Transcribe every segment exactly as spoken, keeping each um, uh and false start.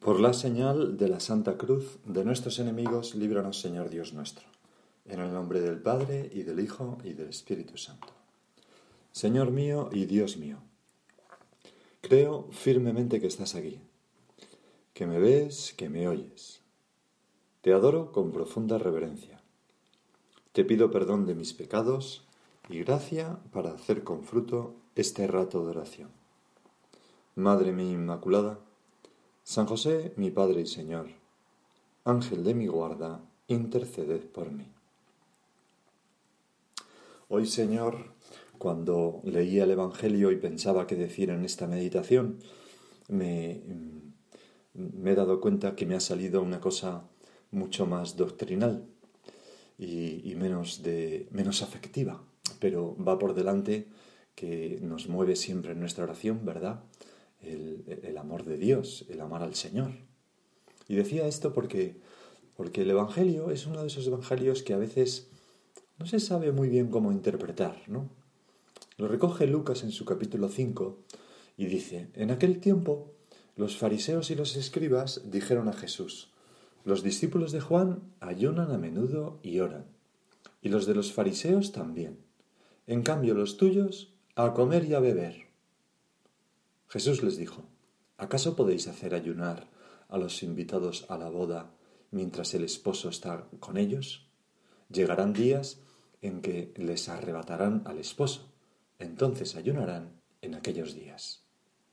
Por la señal de la Santa Cruz de nuestros enemigos, líbranos, Señor Dios nuestro. En el nombre del Padre, y del Hijo, y del Espíritu Santo. Señor mío y Dios mío, creo firmemente que estás aquí, que me ves, que me oyes. Te adoro con profunda reverencia. Te pido perdón de mis pecados y gracia para hacer con fruto este rato de oración. Madre mía Inmaculada, San José, mi Padre y Señor, Ángel de mi guarda, interceded por mí. Hoy, Señor, cuando leía el Evangelio y pensaba qué decir en esta meditación, me, me he dado cuenta que me ha salido una cosa mucho más doctrinal y, y menos, de, menos afectiva, pero va por delante que nos mueve siempre en nuestra oración, ¿verdad? El, el amor de Dios, el amar al Señor. Y decía esto porque, porque el Evangelio es uno de esos evangelios que a veces no se sabe muy bien cómo interpretar, ¿no? Lo recoge Lucas en su capítulo cinco y dice: en aquel tiempo los fariseos y los escribas dijeron a Jesús: los discípulos de Juan ayunan a menudo y oran, y los de los fariseos también. En cambio los tuyos, a comer y a beber. Jesús les dijo: ¿acaso podéis hacer ayunar a los invitados a la boda mientras el esposo está con ellos? Llegarán días en que les arrebatarán al esposo. Entonces ayunarán en aquellos días.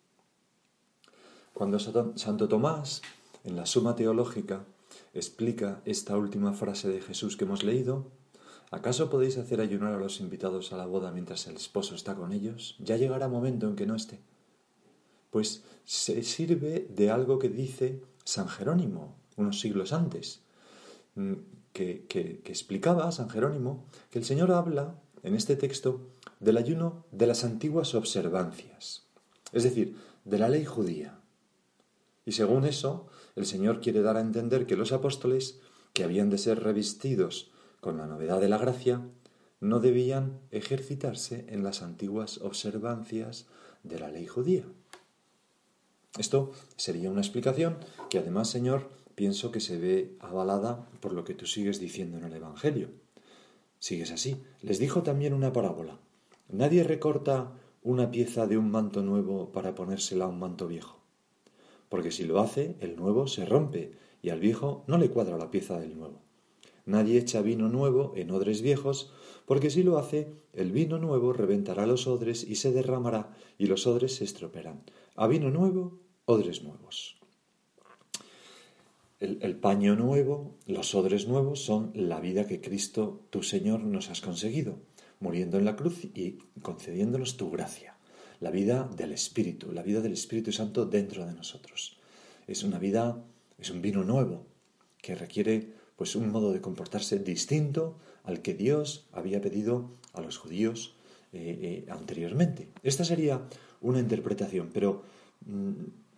Cuando Santo Tomás, en la Suma Teológica, explica esta última frase de Jesús que hemos leído, ¿acaso podéis hacer ayunar a los invitados a la boda mientras el esposo está con ellos? Ya llegará momento en que no esté. Pues se sirve de algo que dice San Jerónimo, unos siglos antes, que, que, que explicaba San Jerónimo que el Señor habla en este texto del ayuno de las antiguas observancias, es decir, de la ley judía. Y según eso, el Señor quiere dar a entender que los apóstoles, que habían de ser revestidos con la novedad de la gracia, no debían ejercitarse en las antiguas observancias de la ley judía. Esto sería una explicación que además, Señor, pienso que se ve avalada por lo que tú sigues diciendo en el Evangelio. Sigues así. Les dijo también una parábola. Nadie recorta una pieza de un manto nuevo para ponérsela a un manto viejo, porque si lo hace, el nuevo se rompe y al viejo no le cuadra la pieza del nuevo. Nadie echa vino nuevo en odres viejos, porque si lo hace, el vino nuevo reventará los odres y se derramará y los odres se estropearán. A vino nuevo, odres nuevos. El, el paño nuevo, los odres nuevos son la vida que Cristo, tu Señor, nos has conseguido, muriendo en la cruz y concediéndonos tu gracia. La vida del Espíritu, la vida del Espíritu Santo dentro de nosotros. Es una vida, es un vino nuevo que requiere pues un modo de comportarse distinto al que Dios había pedido a los judíos eh, eh, anteriormente. Esta sería una interpretación, pero mmm,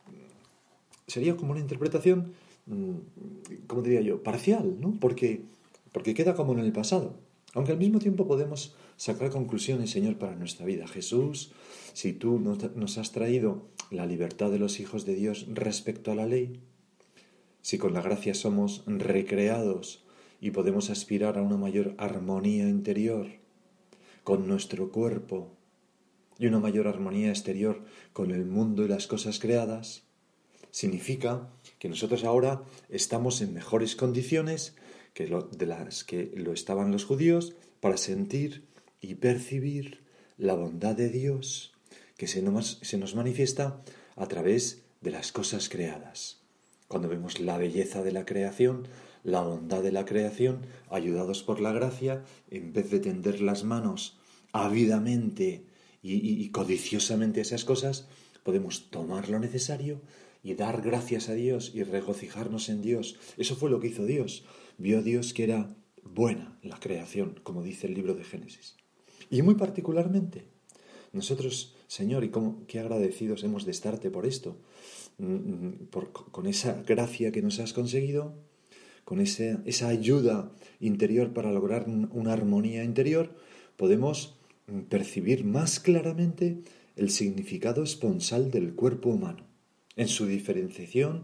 sería como una interpretación, mmm, ¿cómo diría yo?, parcial, ¿no? Porque, porque queda como en el pasado. Aunque al mismo tiempo podemos sacar conclusiones, Señor, para nuestra vida. Jesús, si tú nos has traído la libertad de los hijos de Dios respecto a la ley, si con la gracia somos recreados y podemos aspirar a una mayor armonía interior con nuestro cuerpo y una mayor armonía exterior con el mundo y las cosas creadas, significa que nosotros ahora estamos en mejores condiciones que lo, de las que lo estaban los judíos para sentir y percibir la bondad de Dios que se nos, se nos manifiesta a través de las cosas creadas. Cuando vemos la belleza de la creación, la bondad de la creación, ayudados por la gracia, en vez de tender las manos ávidamente y, y, y codiciosamente a esas cosas, podemos tomar lo necesario y dar gracias a Dios y regocijarnos en Dios. Eso fue lo que hizo Dios. Vio Dios que era buena la creación, como dice el libro de Génesis. Y muy particularmente, nosotros, Señor, y cómo, qué agradecidos hemos de estarte por esto, por, con esa gracia que nos has conseguido, con ese, esa ayuda interior para lograr una armonía interior, podemos percibir más claramente el significado esponsal del cuerpo humano, en su diferenciación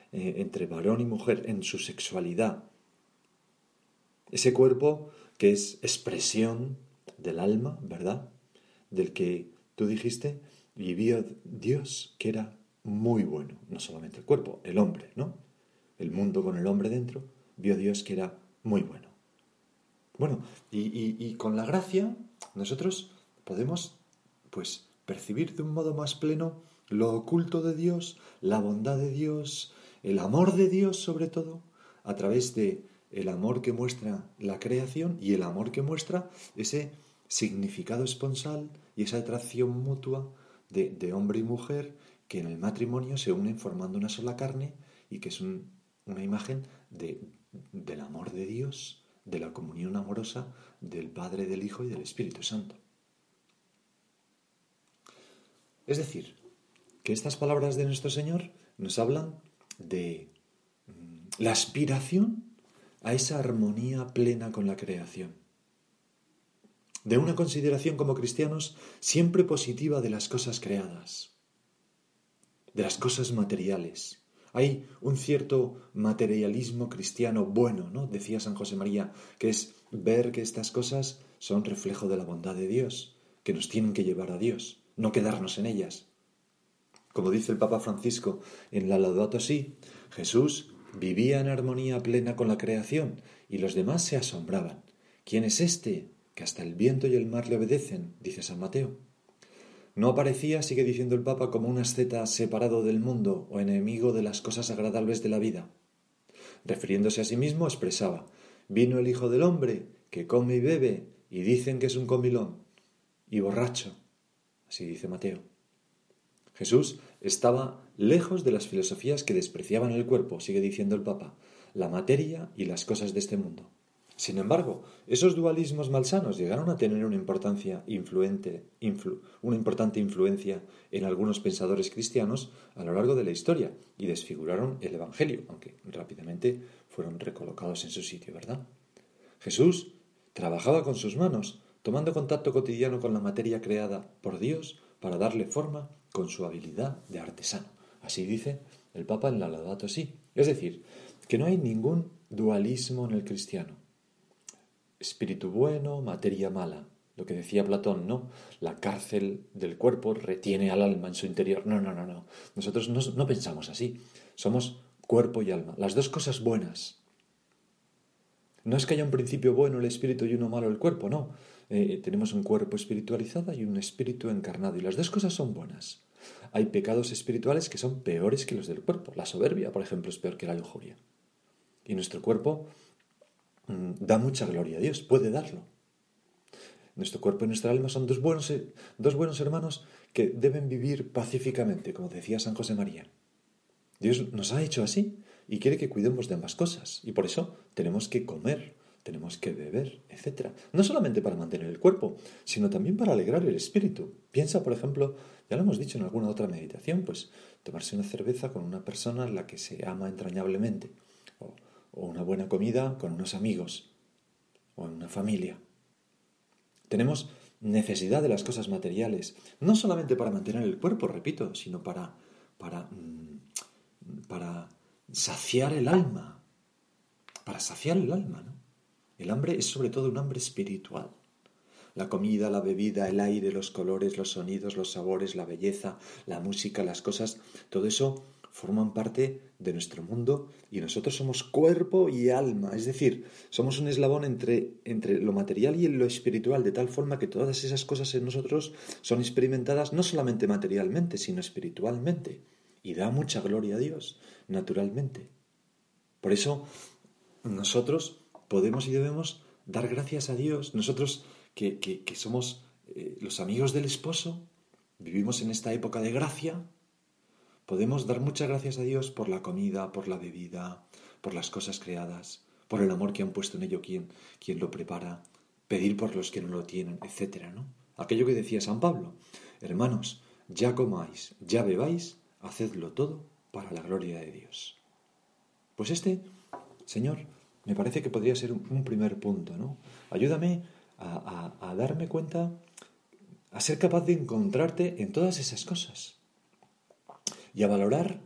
eh, entre varón y mujer en su sexualidad. Ese cuerpo que es expresión del alma, ¿verdad? Del que tú dijiste, vivía Dios, que era muy bueno. No solamente el cuerpo, el hombre, ¿no? El mundo con el hombre dentro, vio Dios que era muy bueno. Bueno, y, y, y con la gracia nosotros podemos, pues, percibir de un modo más pleno lo oculto de Dios, la bondad de Dios, el amor de Dios sobre todo, a través de el amor que muestra la creación y el amor que muestra ese significado esponsal y esa atracción mutua de, de hombre y mujer que en el matrimonio se unen formando una sola carne y que es un, una imagen de, del amor de Dios, de la comunión amorosa del Padre, del Hijo y del Espíritu Santo. Es decir, que estas palabras de nuestro Señor nos hablan de la aspiración a esa armonía plena con la creación, de una consideración como cristianos siempre positiva de las cosas creadas, de las cosas materiales. Hay un cierto materialismo cristiano bueno, ¿no? Decía San José María, que es ver que estas cosas son reflejo de la bondad de Dios, que nos tienen que llevar a Dios, no quedarnos en ellas. Como dice el Papa Francisco en la Laudato Si, Jesús vivía en armonía plena con la creación y los demás se asombraban. ¿Quién es este que hasta el viento y el mar le obedecen?, dice San Mateo. No aparecía, sigue diciendo el Papa, como un asceta separado del mundo o enemigo de las cosas agradables de la vida. Refiriéndose a sí mismo, expresaba: vino el Hijo del Hombre, que come y bebe, y dicen que es un comilón y borracho. Así dice Mateo. Jesús estaba lejos de las filosofías que despreciaban el cuerpo, sigue diciendo el Papa, la materia y las cosas de este mundo. Sin embargo, esos dualismos malsanos llegaron a tener una importancia influente, influ, una importante influencia en algunos pensadores cristianos a lo largo de la historia y desfiguraron el Evangelio, aunque rápidamente fueron recolocados en su sitio, ¿verdad? Jesús trabajaba con sus manos, tomando contacto cotidiano con la materia creada por Dios para darle forma con su habilidad de artesano. Así dice el Papa en la Laudato Si. Es decir, que no hay ningún dualismo en el cristiano. Espíritu bueno, materia mala. Lo que decía Platón, ¿no? La cárcel del cuerpo retiene al alma en su interior. No, no, no, no. Nosotros no, no pensamos así. Somos cuerpo y alma. Las dos cosas buenas. No es que haya un principio bueno el espíritu y uno malo el cuerpo, no. Eh, tenemos un cuerpo espiritualizado y un espíritu encarnado. Y las dos cosas son buenas. Hay pecados espirituales que son peores que los del cuerpo. La soberbia, por ejemplo, es peor que la lujuria. Y nuestro cuerpo mmm, da mucha gloria a Dios, puede darlo. Nuestro cuerpo y nuestra alma son dos buenos, dos buenos hermanos que deben vivir pacíficamente, como decía San José María. Dios nos ha hecho así y quiere que cuidemos de ambas cosas. Y por eso tenemos que comer, tenemos que beber, etcétera. No solamente para mantener el cuerpo, sino también para alegrar el espíritu. Piensa, por ejemplo, ya lo hemos dicho en alguna otra meditación, pues tomarse una cerveza con una persona a la que se ama entrañablemente, o, o una buena comida con unos amigos, o en una familia. Tenemos necesidad de las cosas materiales, no solamente para mantener el cuerpo, repito, sino para, para, para saciar el alma, para saciar el alma, ¿no? El hambre es sobre todo un hambre espiritual. La comida, la bebida, el aire, los colores, los sonidos, los sabores, la belleza, la música, las cosas, todo eso forman parte de nuestro mundo y nosotros somos cuerpo y alma, es decir, somos un eslabón entre, entre lo material y lo espiritual, de tal forma que todas esas cosas en nosotros son experimentadas no solamente materialmente, sino espiritualmente, y da mucha gloria a Dios, naturalmente. Por eso nosotros podemos y debemos dar gracias a Dios, nosotros que, que, que somos eh, los amigos del esposo, vivimos en esta época de gracia. Podemos dar muchas gracias a Dios por la comida, por la bebida, por las cosas creadas, por el amor que han puesto en ello quien, quien lo prepara, pedir por los que no lo tienen, etcétera, ¿no? Aquello que decía San Pablo: hermanos, ya comáis, ya bebáis, hacedlo todo para la gloria de Dios. Pues este, Señor, me parece que podría ser un primer punto, ¿no? Ayúdame a, a, a darme cuenta, a ser capaz de encontrarte en todas esas cosas. Y a valorar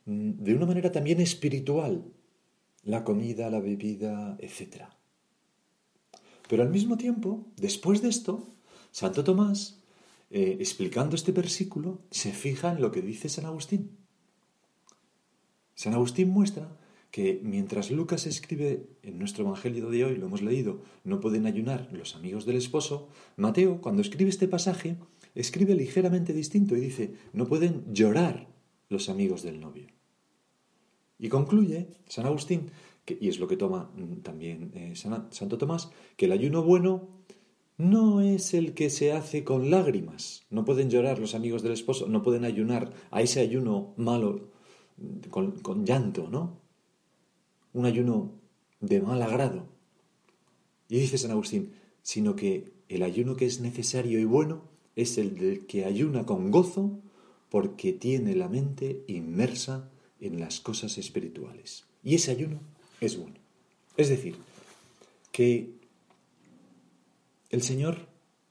de una manera también espiritual, la comida, la bebida, etcétera. Pero al mismo tiempo, después de esto, Santo Tomás, eh, explicando este versículo, se fija en lo que dice San Agustín. San Agustín muestra que mientras Lucas escribe en nuestro Evangelio de hoy, lo hemos leído, no pueden ayunar los amigos del esposo, Mateo, cuando escribe este pasaje, escribe ligeramente distinto y dice, no pueden llorar los amigos del novio. Y concluye San Agustín, que, y es lo que toma también eh, San, Santo Tomás, que el ayuno bueno no es el que se hace con lágrimas. No pueden llorar los amigos del esposo, no pueden ayunar a ese ayuno malo con, con llanto, ¿no? Un ayuno de mal agrado. Y dice San Agustín, sino que el ayuno que es necesario y bueno es el del que ayuna con gozo porque tiene la mente inmersa en las cosas espirituales. Y ese ayuno es bueno. Es decir, que el Señor,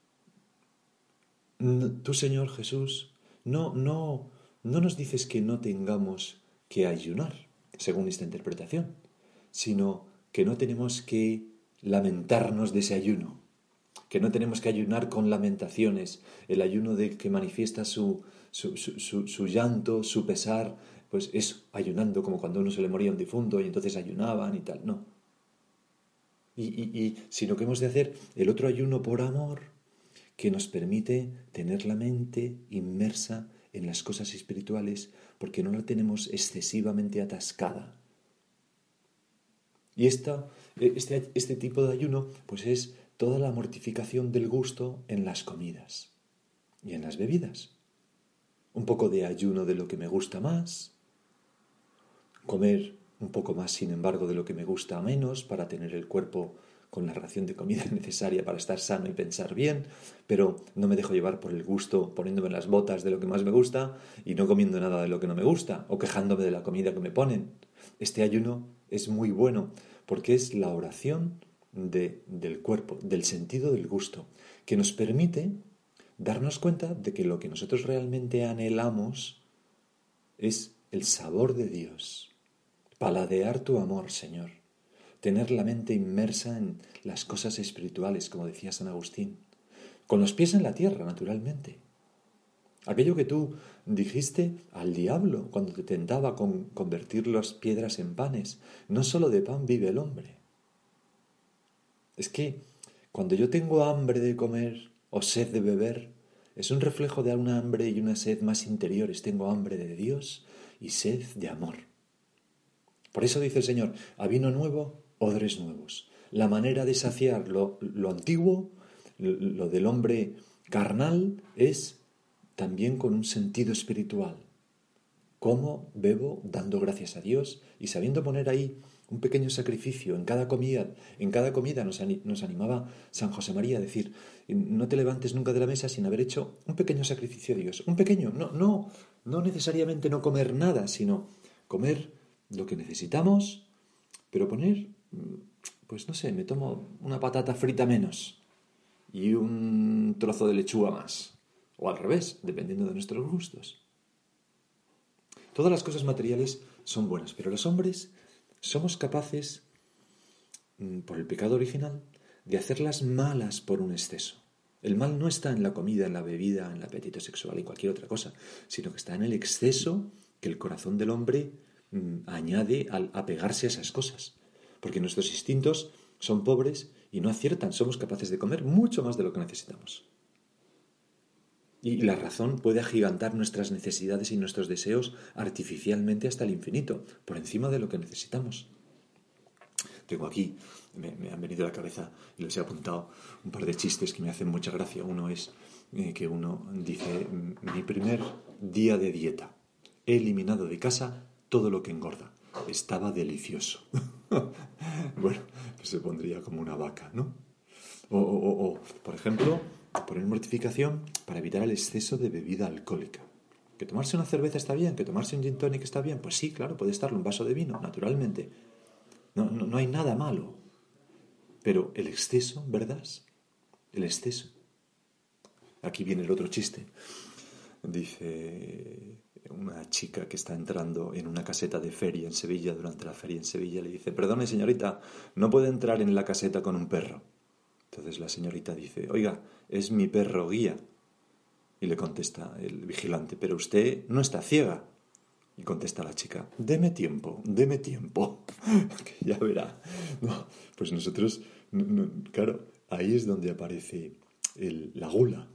tú Señor Jesús, no, no, no nos dices que no tengamos que ayunar, según esta interpretación, sino que no tenemos que lamentarnos de ese ayuno, que no tenemos que ayunar con lamentaciones, el ayuno de que manifiesta su, su, su, su, su llanto, su pesar, pues es ayunando como cuando a uno se le moría un difunto y entonces ayunaban y tal, no. Y, y, y sino que hemos de hacer el otro ayuno por amor que nos permite tener la mente inmersa en las cosas espirituales porque no la tenemos excesivamente atascada. Y esta, este, este tipo de ayuno pues es toda la mortificación del gusto en las comidas y en las bebidas. Un poco de ayuno de lo que me gusta más, comer un poco más, sin embargo, de lo que me gusta menos para tener el cuerpo con la ración de comida necesaria para estar sano y pensar bien, pero no me dejo llevar por el gusto poniéndome las botas de lo que más me gusta y no comiendo nada de lo que no me gusta o quejándome de la comida que me ponen. Este ayuno es muy bueno porque es la oración de, del cuerpo, del sentido del gusto, que nos permite darnos cuenta de que lo que nosotros realmente anhelamos es el sabor de Dios, paladear tu amor, Señor, tener la mente inmersa en las cosas espirituales, como decía San Agustín, con los pies en la tierra, naturalmente. Aquello que tú dijiste al diablo cuando te tentaba con convertir las piedras en panes, no solo de pan vive el hombre. Es que cuando yo tengo hambre de comer o sed de beber, es un reflejo de una hambre y una sed más interiores. Tengo hambre de Dios y sed de amor. Por eso dice el Señor, a vino nuevo, odres nuevos. La manera de saciar lo, lo antiguo, lo del hombre carnal, es también con un sentido espiritual. Como bebo dando gracias a Dios y sabiendo poner ahí un pequeño sacrificio en cada comida. En cada comida nos, nos animaba San José María a decir, no te levantes nunca de la mesa sin haber hecho un pequeño sacrificio a Dios. Un pequeño, no, no, no necesariamente no comer nada, sino comer lo que necesitamos, pero poner, pues no sé, me tomo una patata frita menos y un trozo de lechuga más. O al revés, dependiendo de nuestros gustos. Todas las cosas materiales son buenas, pero los hombres somos capaces, por el pecado original, de hacerlas malas por un exceso. El mal no está en la comida, en la bebida, en el apetito sexual y cualquier otra cosa, sino que está en el exceso que el corazón del hombre mmm, añade al apegarse a esas cosas. Porque nuestros instintos son pobres y no aciertan, somos capaces de comer mucho más de lo que necesitamos. Y la razón puede agigantar nuestras necesidades y nuestros deseos artificialmente hasta el infinito, por encima de lo que necesitamos. Tengo aquí, me, me han venido a la cabeza y les he apuntado un par de chistes que me hacen mucha gracia. Uno es eh, que uno dice, mi primer día de dieta, he eliminado de casa todo lo que engorda. Estaba delicioso. Bueno, pues se pondría como una vaca, ¿no? O, o, o, o, por ejemplo, poner mortificación para evitar el exceso de bebida alcohólica. ¿Que tomarse una cerveza está bien? ¿Que tomarse un gin tonic está bien? Pues sí, claro, puede estarlo, un vaso de vino, naturalmente. No, no, no hay nada malo. Pero el exceso, ¿verdad? El exceso. Aquí viene el otro chiste. Dice, una chica que está entrando en una caseta de feria en Sevilla, durante la feria en Sevilla, le dice: perdone señorita, no puede entrar en la caseta con un perro. Entonces la señorita dice: oiga, es mi perro guía. Y le contesta el vigilante: pero usted no está ciega. Y contesta la chica: deme tiempo, deme tiempo. Que ya verá. No, pues nosotros, no, no, claro, ahí es donde aparece el, la gula,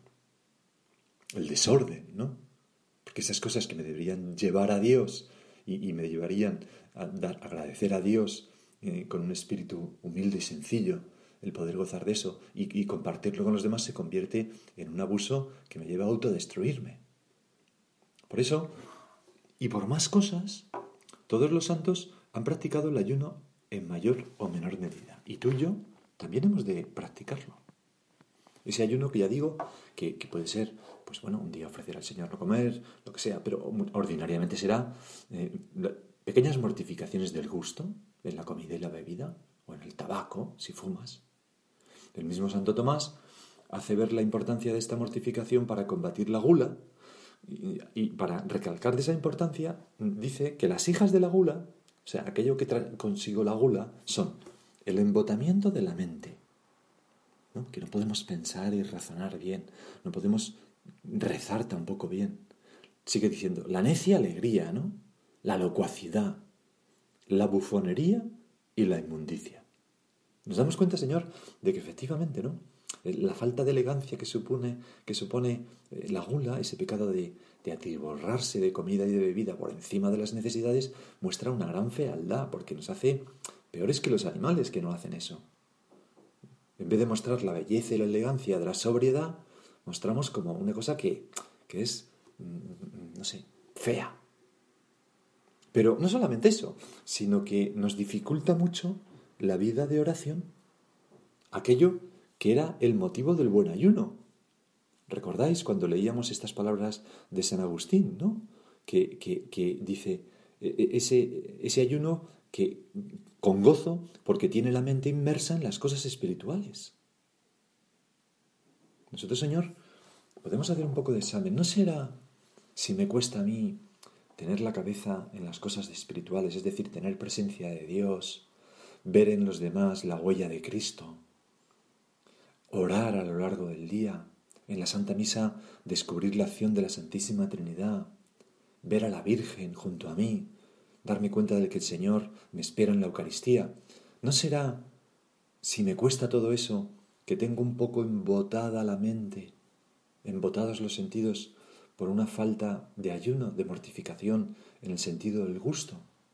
el desorden, ¿no? Porque esas cosas que me deberían llevar a Dios y, y me llevarían a dar, agradecer a Dios eh, con un espíritu humilde y sencillo, el poder gozar de eso y, y compartirlo con los demás, se convierte en un abuso que me lleva a autodestruirme. Por eso, y por más cosas, todos los santos han practicado el ayuno en mayor o menor medida. Y tú y yo también hemos de practicarlo. Ese ayuno que ya digo, que, que puede ser, pues bueno, un día ofrecer al Señor no comer, lo que sea, pero ordinariamente será eh, pequeñas mortificaciones del gusto en la comida y la bebida, o en el tabaco, si fumas. El mismo Santo Tomás hace ver la importancia de esta mortificación para combatir la gula, y, y para recalcar de esa importancia, dice que las hijas de la gula, o sea, aquello que trae consigo la gula, son el embotamiento de la mente, ¿no? Que no podemos pensar y razonar bien, no podemos rezar tampoco bien. Sigue diciendo, la necia alegría, ¿no? La locuacidad, la bufonería y la inmundicia. Nos damos cuenta, Señor, de que efectivamente, ¿no? La falta de elegancia que supone, que supone la gula, ese pecado de, de atiborrarse de comida y de bebida por encima de las necesidades, muestra una gran fealdad, porque nos hace peores que los animales que no hacen eso. En vez de mostrar la belleza y la elegancia de la sobriedad, mostramos como una cosa que, que es, no sé, fea. Pero no solamente eso, sino que nos dificulta mucho la vida de oración, aquello que era el motivo del buen ayuno. ¿Recordáis cuando leíamos estas palabras de San Agustín, ¿no? Que, que, que dice, ese, ese ayuno que con gozo, porque tiene la mente inmersa en las cosas espirituales. Nosotros, Señor, podemos hacer un poco de examen. ¿No será, si me cuesta a mí tener la cabeza en las cosas espirituales, es decir, tener presencia de Dios, ver en los demás la huella de Cristo, orar a lo largo del día, en la Santa Misa descubrir la acción de la Santísima Trinidad, ver a la Virgen junto a mí, darme cuenta de que el Señor me espera en la Eucaristía? ¿No será, si me cuesta todo eso, que tengo un poco embotada la mente, embotados los sentidos por una falta de ayuno, de mortificación en el sentido del gusto?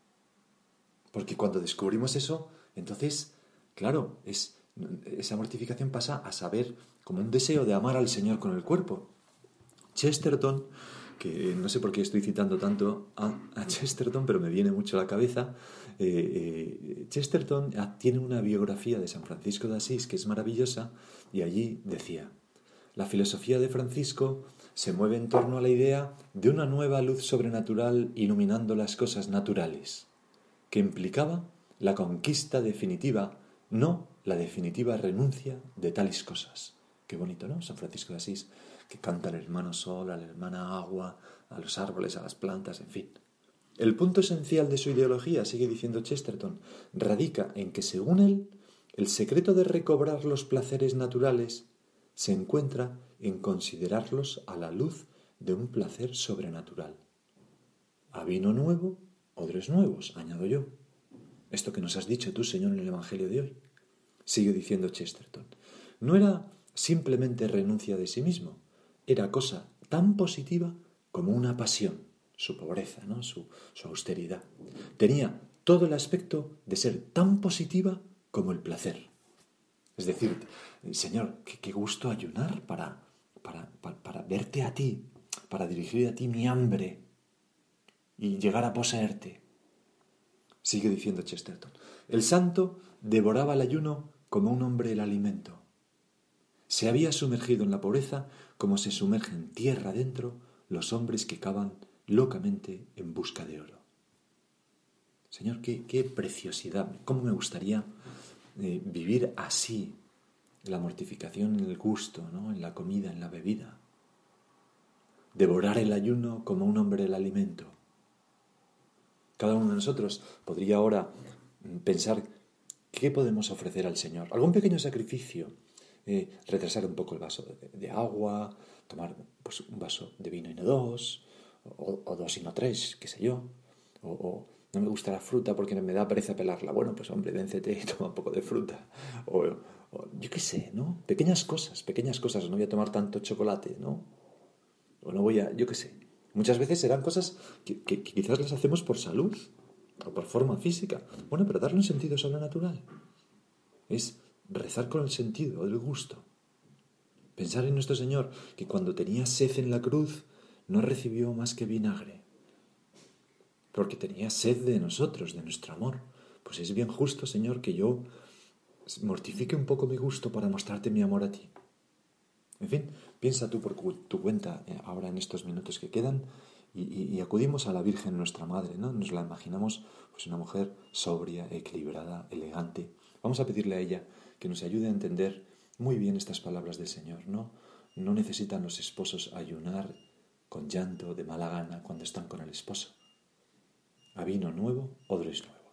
Porque cuando descubrimos eso, entonces, claro, es, esa mortificación pasa a saber como un deseo de amar al Señor con el cuerpo. Chesterton, que no sé por qué estoy citando tanto a, a Chesterton, pero me viene mucho a la cabeza, eh, eh, Chesterton tiene una biografía de San Francisco de Asís que es maravillosa, y allí decía: la filosofía de Francisco se mueve en torno a la idea de una nueva luz sobrenatural iluminando las cosas naturales, que implicaba la conquista definitiva, no la definitiva renuncia de tales cosas. Qué bonito, ¿no? San Francisco de Asís, que canta al hermano sol, a la hermana agua, a los árboles, a las plantas, en fin. El punto esencial de su ideología, sigue diciendo Chesterton, radica en que, según él, el secreto de recobrar los placeres naturales se encuentra en considerarlos a la luz de un placer sobrenatural. A vino nuevo, odres nuevos, añado yo. Esto que nos has dicho tú, Señor, en el Evangelio de hoy. Sigue diciendo Chesterton. No era simplemente renuncia de sí mismo, era cosa tan positiva como una pasión, su pobreza, ¿no? su, su austeridad. Tenía todo el aspecto de ser tan positiva como el placer. Es decir, Señor, qué, qué gusto ayunar para, para, para, para verte a ti, para dirigir a ti mi hambre y llegar a poseerte. Sigue diciendo Chesterton. El santo devoraba el ayuno como un hombre el alimento. Se había sumergido en la pobreza como se sumergen tierra adentro los hombres que cavan locamente en busca de oro. Señor, qué, qué preciosidad, cómo me gustaría eh, vivir así, la mortificación en el gusto, ¿no? En la comida, en la bebida. devorar el ayuno como un hombre el alimento. Cada uno de nosotros podría ahora pensar qué podemos ofrecer al Señor. Algún pequeño sacrificio, eh, retrasar un poco el vaso de, de agua, tomar pues, un vaso de vino y no dos, o, o dos y no tres, qué sé yo. O, o no me gusta la fruta porque me da pereza pelarla. Bueno, pues hombre, véncete y toma un poco de fruta. O, o yo qué sé, ¿no? Pequeñas cosas, pequeñas cosas. No voy a tomar tanto chocolate, ¿no? O no voy a, yo qué sé. Muchas veces serán cosas que, que, que quizás las hacemos por salud o por forma física. Bueno, pero darle un sentido sobrenatural es rezar con el sentido del gusto. Pensar en nuestro Señor, que cuando tenía sed en la cruz no recibió más que vinagre, porque tenía sed de nosotros, de nuestro amor. Pues es bien justo, Señor, que yo mortifique un poco mi gusto para mostrarte mi amor a ti. En fin, piensa tú por tu cuenta ahora en estos minutos que quedan y, y, y acudimos a la Virgen nuestra Madre, ¿no? Nos la imaginamos pues una mujer sobria, equilibrada, elegante. Vamos a pedirle a ella que nos ayude a entender muy bien estas palabras del Señor, ¿no? No necesitan los esposos ayunar con llanto de mala gana cuando están con el esposo. A vino nuevo, odres nuevos.